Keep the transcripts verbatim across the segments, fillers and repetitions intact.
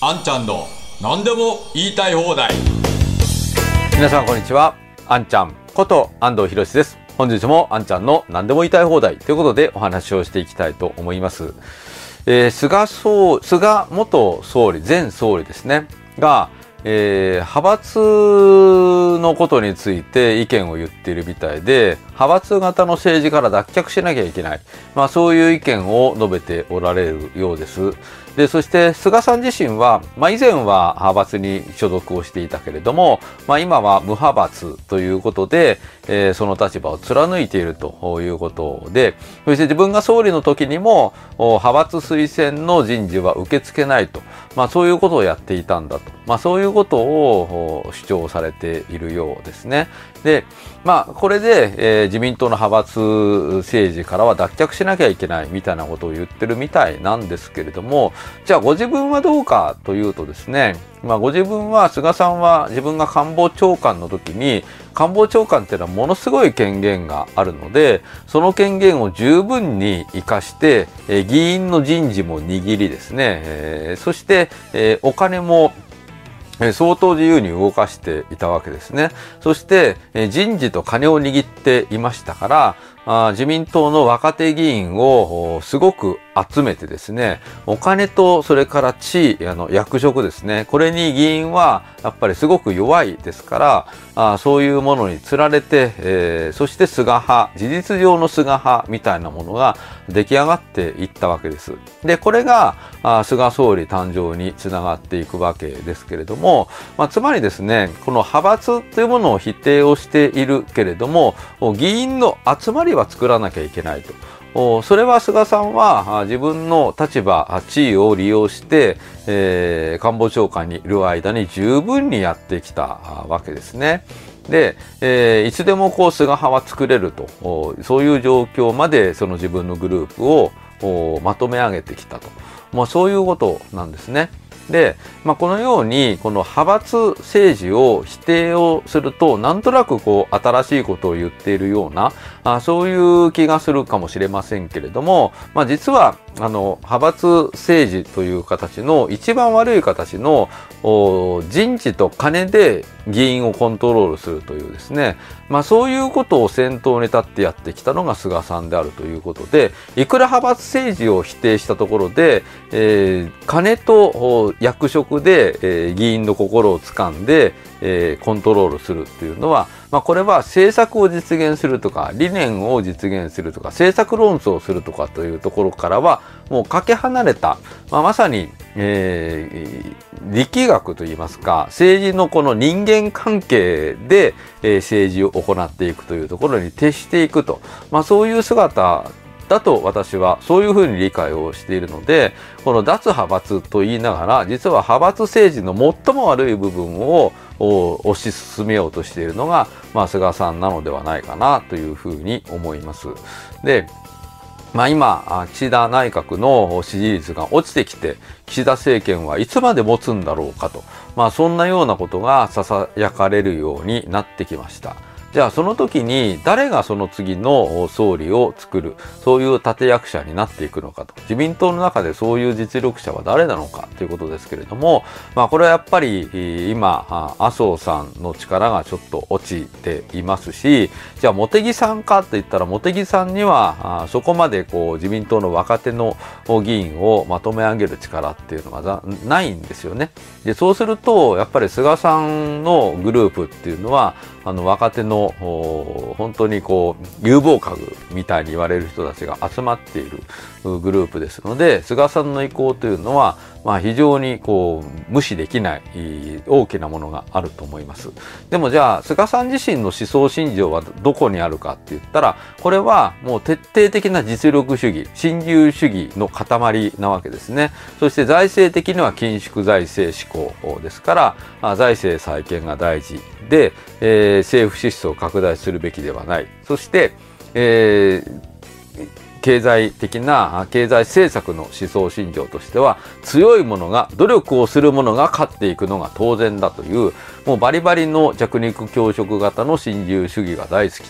あんちゃんの何でも言いたい放題。 皆さんこんにちは。あんちゃんこと安藤博です。本日もあんちゃんの何でも言いたい放題ということでお話をしていきたいと思います。えー、菅総菅元総理前総理ですねが、えー、派閥のことについて意見を言っているみたいで、派閥型の政治から脱却しなきゃいけない、まあ、そういう意見を述べておられるようです。でそして菅さん自身は、まあ、以前は派閥に所属をしていたけれども、まあ、今は無派閥ということで、えー、その立場を貫いているということで、そして自分が総理の時にも派閥推薦の人事は受け付けないと、まあ、そういうことをやっていたんだと、まあ、そういうことを主張されているようですね。でまあこれで、えー、自民党の派閥政治からは脱却しなきゃいけないみたいなことを言ってるみたいなんですけれども、じゃあご自分はどうかというとですね、まあ、ご自分は菅さんは自分が官房長官の時に、官房長官っていうのはものすごい権限があるので、その権限を十分に生かして、えー、議員の人事も握りですね、えー、そして、えー、お金も相当自由に動かしていたわけですね。そして人事と金を握っていましたから、あ自民党の若手議員をすごく集めてですね、お金とそれから地位、あの役職ですね、これに議員はやっぱりすごく弱いですから、あそういうものにつられて、えー、そして菅派、事実上の菅派みたいなものが出来上がっていったわけです。でこれがあ菅総理誕生につながっていくわけですけれども、まあ、つまりですね、この派閥というものを否定をしているけれども、議員の集まりは作らなきゃいけないと。それは菅さんは自分の立場、地位を利用して、えー、官房長官にいる間に十分にやってきたわけですね。で、えー、いつでもこう菅派は作れると、そういう状況までその自分のグループをまとめ上げてきたと、まあ、そういうことなんですね。で、まあ、このようにこの派閥政治を否定をすると、なんとなくこう新しいことを言っているような、あそういう気がするかもしれませんけれども、まあ、実はあの派閥政治という形の一番悪い形の人事と金で議員をコントロールするというですね、まあ、そういうことを先頭に立ってやってきたのが菅さんであるということで、いくら派閥政治を否定したところで、えー、金と役職で、えー、議員の心を掴んで、えー、コントロールするっていうのは、まあ、これは政策を実現するとか理念を実現するとか政策論争をするとかというところからはもうかけ離れた、まあ、まさに、えー、力学といいますか、政治のこの人間関係で、えー、政治を行っていくというところに徹していくと、まあ、そういう姿だと私はそういうふうに理解をしているので、この脱派閥と言いながら実は派閥政治の最も悪い部分を推し進めようとしているのが、まあ、菅さんなのではないかなというふうに思います。でまあ、今岸田内閣の支持率が落ちてきて、岸田政権はいつまで持つんだろうかと、まあ、そんなようなことがささやかれるようになってきました。じゃあその時に誰がその次の総理を作る、そういう立役者になっていくのかと、自民党の中でそういう実力者は誰なのかということですけれども、まあこれはやっぱり今麻生さんの力がちょっと落ちていますし、じゃあ茂木さんかといったら茂木さんにはそこまでこう自民党の若手の議員をまとめ上げる力っていうのがないんですよね。でそうするとやっぱり菅さんのグループっていうのはあの若手の本当にこう有望株みたいに言われる人たちが集まっているグループですので、菅さんの意向というのは、まあ、非常にこう無視できない大きなものがあると思います。でもじゃあ菅さん自身の思想信条はどこにあるかって言ったら、これはもう徹底的な実力主義、新自由主義の塊なわけですね。そして財政的には緊縮財政志向ですから、財政再建が大事で、えー、政府支出を拡大するべきではない。そして、えー、経済的な経済政策の思想信条としては、強い者が努力をする者が勝っていくのが当然だという、もうバリバリの弱肉強食型の新自由主義が大好き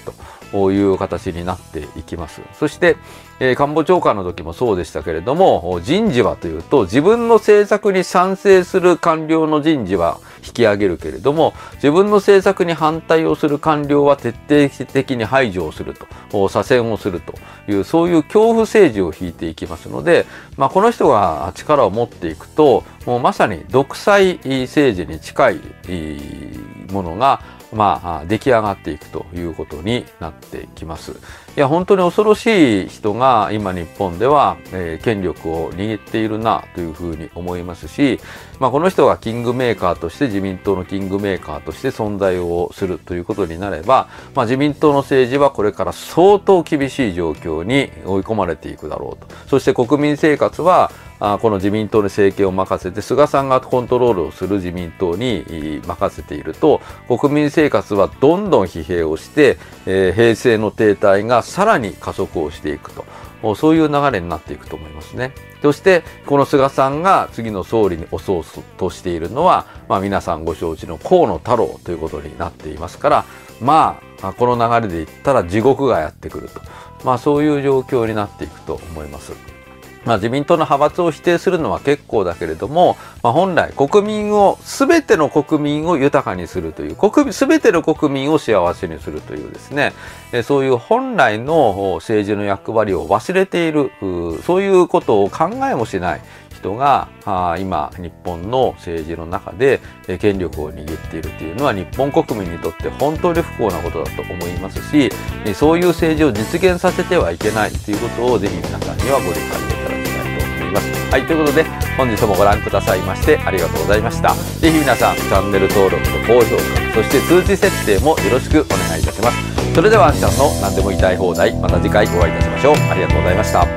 いう形になっていきます。そして、えー、官房長官の時もそうでしたけれども、人事はというと自分の政策に賛成する官僚の人事は引き上げるけれども、自分の政策に反対をする官僚は徹底的に排除をすると、左遷をするという、そういう恐怖政治を引いていきますので、まあ、この人が力を持っていくと、もうまさに独裁政治に近いものがまあ、出来上がっていくということになってきます。いや、本当に恐ろしい人が今日本では、えー、権力を握っているなというふうに思いますし、まあ、この人がキングメーカーとして、自民党のキングメーカーとして存在をするということになれば、まあ、自民党の政治はこれから相当厳しい状況に追い込まれていくだろうと。そして国民生活はこの自民党に政権を任せて、菅さんがコントロールをする自民党に任せていると、国民生活はどんどん疲弊をして、えー、平成の停滞がさらに加速をしていくと、そういう流れになっていくと思いますね。そしてこの菅さんが次の総理に推そうとしているのは、まあ、皆さんご承知の河野太郎ということになっていますから、まあこの流れで言ったら地獄がやってくると、まあ、そういう状況になっていくと思います。まあ、自民党の派閥を否定するのは結構だけれども、まあ、本来国民を、すべての国民を豊かにするという、国、すべての国民を幸せにするというですね、えそういう本来の政治の役割を忘れている、そういうことを考えもしない人が、今、日本の政治の中で権力を握っているというのは、日本国民にとって本当に不幸なことだと思いますし、そういう政治を実現させてはいけないということをぜひ皆さんにはご理解いただきたいと思います。はい、ということで本日もご覧くださいましてありがとうございました。ぜひ皆さんチャンネル登録と高評価、そして通知設定もよろしくお願いいたします。それではあんちゃんの何でも言いたい放題、また次回お会いいたしましょう。ありがとうございました。